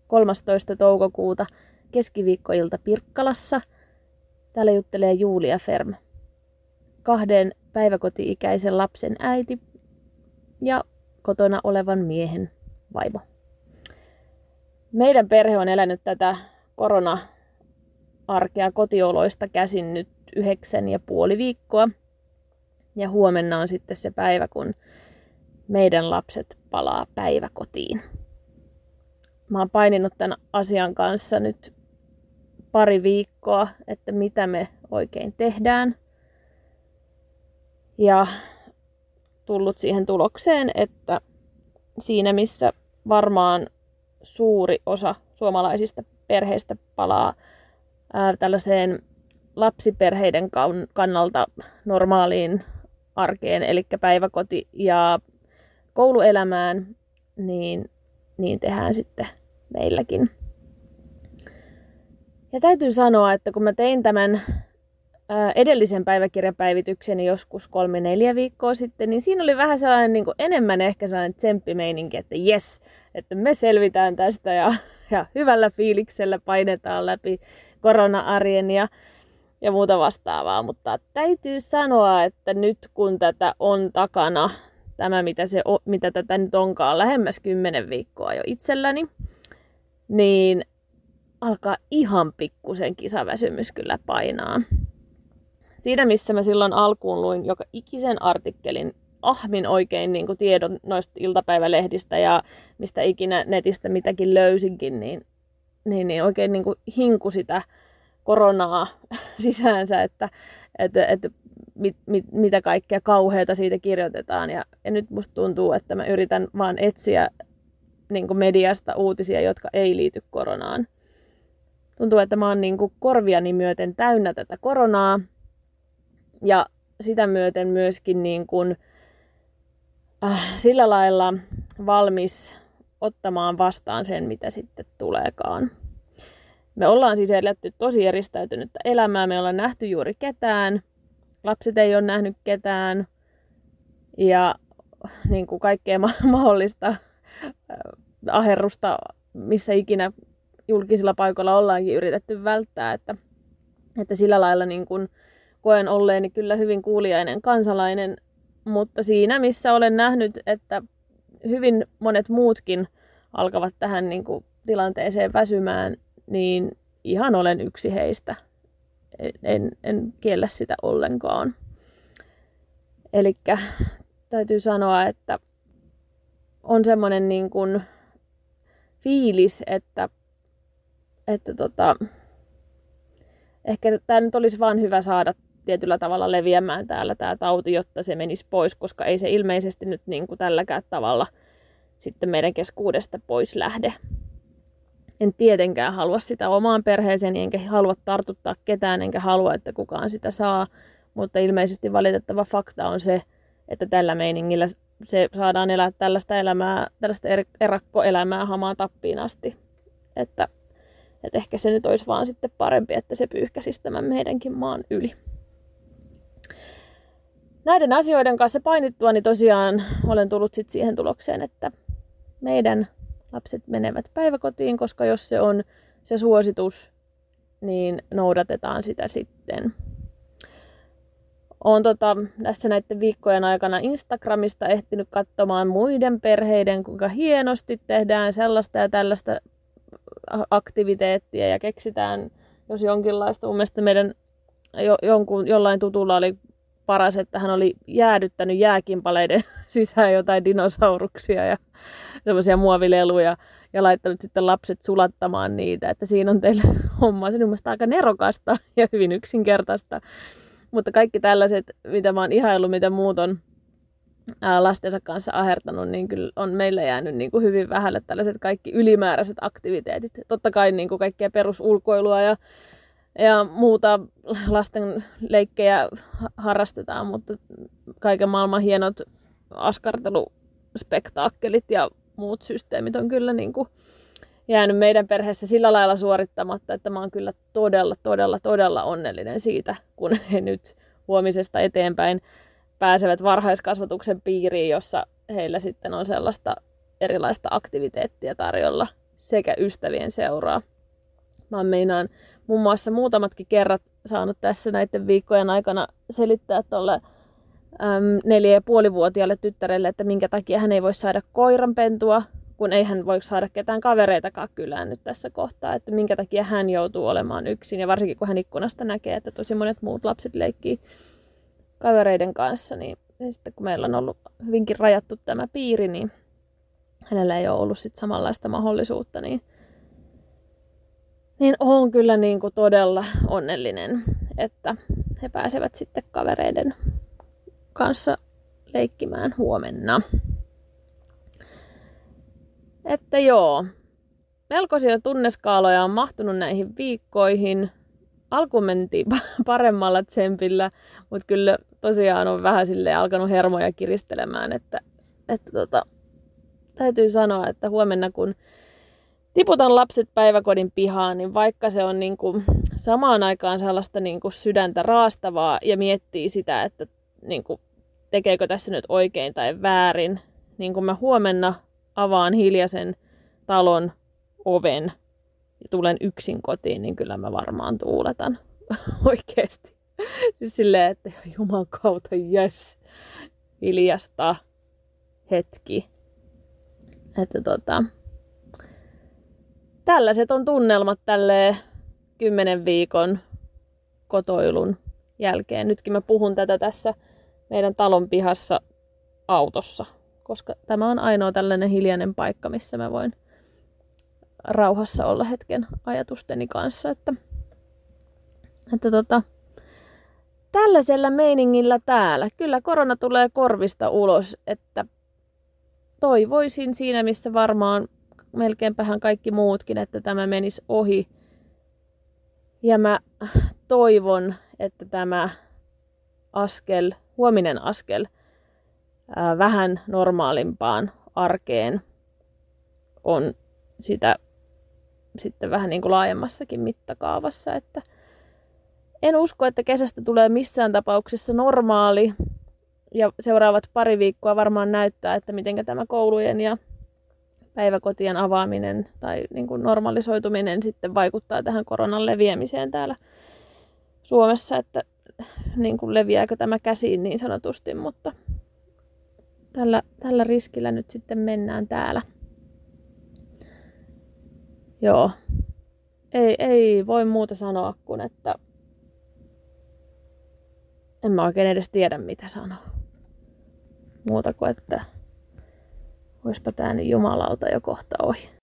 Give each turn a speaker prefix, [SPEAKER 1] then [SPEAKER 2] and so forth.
[SPEAKER 1] 13. toukokuuta keskiviikkoilta Pirkkalassa. Täällä juttelee Julia Ferm, 2 päiväkoti-ikäisen lapsen äiti ja kotona olevan miehen vaimo. Meidän perhe on elänyt tätä korona-arkea kotioloista käsin nyt 9,5 viikkoa. Ja huomenna on sitten se päivä, kun meidän lapset palaa päiväkotiin. Mä oon paininut tämän asian kanssa nyt pari viikkoa, että mitä me oikein tehdään. Ja tullut siihen tulokseen, että siinä missä varmaan suuri osa suomalaisista perheistä palaa tällaiseen lapsiperheiden kannalta normaaliin arkeen, eli päiväkoti- ja kouluelämään, niin tehdään sitten meilläkin. Ja täytyy sanoa, että kun mä tein tämän edellisen päiväkirjapäivitykseni joskus 3-4 viikkoa sitten, niin siinä oli vähän sellainen niin kuin enemmän ehkä sellainen tsemppimeininki, että jes, että me selvitään tästä ja hyvällä fiiliksellä painetaan läpi korona-arjen ja muuta vastaavaa. Mutta täytyy sanoa, että nyt kun tätä on takana, mitä tätä nyt onkaan, lähemmäs 10 viikkoa jo itselläni, niin alkaa ihan pikkusen kisaväsymys kyllä painaa. Siinä missä mä silloin alkuun luin joka ikisen artikkelin, ahmin oikein niin kuin tiedon noista iltapäivälehdistä ja mistä ikinä netistä mitäkin löysinkin, niin oikein niin kuin hinku sitä koronaa sisäänsä, että mitä kaikkea kauheata siitä kirjoitetaan. Ja nyt musta tuntuu, että mä yritän vaan etsiä niin kuin mediasta uutisia, jotka ei liity koronaan. Tuntuu, että mä oon niin kuin korviani myöten täynnä tätä koronaa ja sitä myöten myöskin niin kuin, sillä lailla valmis ottamaan vastaan sen, mitä sitten tuleekaan. Me ollaan siis eletty tosi eristäytynyttä elämää, me ollaan nähty juuri ketään, lapset ei ole nähnyt ketään ja niin kuin kaikkea mahdollista aherrusta, missä ikinä julkisilla paikoilla ollaankin yritetty välttää, että sillä lailla niin kuin koen olleeni kyllä hyvin kuuliainen kansalainen, mutta siinä missä olen nähnyt, että hyvin monet muutkin alkavat tähän niin kuin tilanteeseen väsymään, niin ihan olen yksi heistä. En kiellä sitä ollenkaan. Elikkä täytyy sanoa, että on semmoinen niin kuin fiilis, että ehkä tämä nyt olisi vaan hyvä saada tietyllä tavalla leviämään täällä tämä tauti, jotta se menisi pois, koska ei se ilmeisesti nyt niin kuin tälläkään tavalla sitten meidän keskuudesta pois lähde. En tietenkään halua sitä omaan perheeseeni, enkä halua tartuttaa ketään, enkä halua, että kukaan sitä saa, mutta ilmeisesti valitettava fakta on se, että tällä meiningillä se saadaan elää tällaista elämää, tällaista erakkoelämää hamaan tappiin asti. Että ehkä se nyt olisi vaan sitten parempi, että se pyyhkäsisi tämän meidänkin maan yli. Näiden asioiden kanssa painittua, niin tosiaan olen tullut sitten siihen tulokseen, että meidän lapset menevät päiväkotiin, koska jos se on se suositus, niin noudatetaan sitä sitten. Olen tässä näiden viikkojen aikana Instagramista ehtinyt katsomaan muiden perheiden, kuinka hienosti tehdään sellaista ja tällaista aktiviteettia ja keksitään jos jonkinlaista. Mun mielestä meidän jollain tutulla oli paras, että hän oli jäädyttänyt jääkimpaleiden sisään jotain dinosauruksia ja semmoisia muovileluja ja laittanut sitten lapset sulattamaan niitä. Että siinä on teille homma. Se on mielestäni aika nerokasta ja hyvin yksinkertaista. Mutta kaikki tällaiset, mitä mä oon ihaillut, mitä muut on lastensa kanssa ahertanut, niin kyllä on meillä jäänyt niin kuin hyvin vähälle tällaiset kaikki ylimääräiset aktiviteetit. Totta kai niin kuin kaikkea perusulkoilua ja muuta lasten leikkejä harrastetaan, mutta kaiken maailman hienot askarteluspektaakkelit ja muut systeemit on kyllä niin kuin jäänyt meidän perheessä sillä lailla suorittamatta, että mä oon kyllä todella onnellinen siitä, kun he nyt huomisesta eteenpäin pääsevät varhaiskasvatuksen piiriin, jossa heillä sitten on sellaista erilaista aktiviteettia tarjolla sekä ystävien seuraa. Mä meinaan muun muassa muutamatkin kerrat saanut tässä näiden viikkojen aikana selittää tuolle 4,5-vuotiaalle tyttärelle, että minkä takia hän ei voi saada koiranpentua, kun ei hän voi saada ketään kavereitakaan kylään nyt tässä kohtaa, että minkä takia hän joutuu olemaan yksin. Ja varsinkin kun hän ikkunasta näkee, että tosi monet muut lapset leikkii kavereiden kanssa, niin sitten kun meillä on ollut hyvinkin rajattu tämä piiri, niin hänellä ei ole ollut sit samanlaista mahdollisuutta, niin on kyllä niin kuin todella onnellinen, että he pääsevät sitten kavereiden kanssa leikkimään huomenna. Että joo, melkoisia tunneskaaloja on mahtunut näihin viikkoihin. Alkuun mentiin paremmalla tsempillä, mutta kyllä tosiaan on vähän silleen alkanut hermoja kiristelemään, että täytyy sanoa, että huomenna kun tiputan lapset päiväkodin pihaan, niin vaikka se on niin kuin samaan aikaan sellaista niin kuin sydäntä raastavaa ja miettii sitä, että niin kuin, tekeekö tässä nyt oikein tai väärin, niin kun mä huomenna avaan hiljaisen talon oven ja tulen yksin kotiin, niin kyllä mä varmaan tuuletan oikeesti. Siis silleen, että juman kautta, jes, hiljasta hetki. Että tällaiset on tunnelmat tälleen 10 viikon kotoilun jälkeen. Nytkin mä puhun tätä tässä meidän talon pihassa autossa, koska tämä on ainoa tällainen hiljainen paikka, missä mä voin rauhassa olla hetken ajatusteni kanssa. Että tällaisella meiningillä täällä. Kyllä korona tulee korvista ulos, että toivoisin siinä, missä varmaan melkeinpähän kaikki muutkin, että tämä menisi ohi. Ja mä toivon, että tämä huominen askel vähän normaalimpaan arkeen on sitä sitten vähän niin kuin laajemmassakin mittakaavassa. Että en usko, että kesästä tulee missään tapauksessa normaali. Ja seuraavat pari viikkoa varmaan näyttää, että miten tämä koulujen ja päiväkotien avaaminen tai niin kuin normalisoituminen sitten vaikuttaa tähän koronan leviämiseen täällä Suomessa, että niin kuin leviääkö tämä käsiin niin sanotusti, mutta tällä riskillä nyt sitten mennään täällä. Joo, ei voi muuta sanoa kuin, että en mä oikein edes tiedä mitä sanoa. Muuta kuin, että oispa tää nyt jumalauta jo kohta ohi.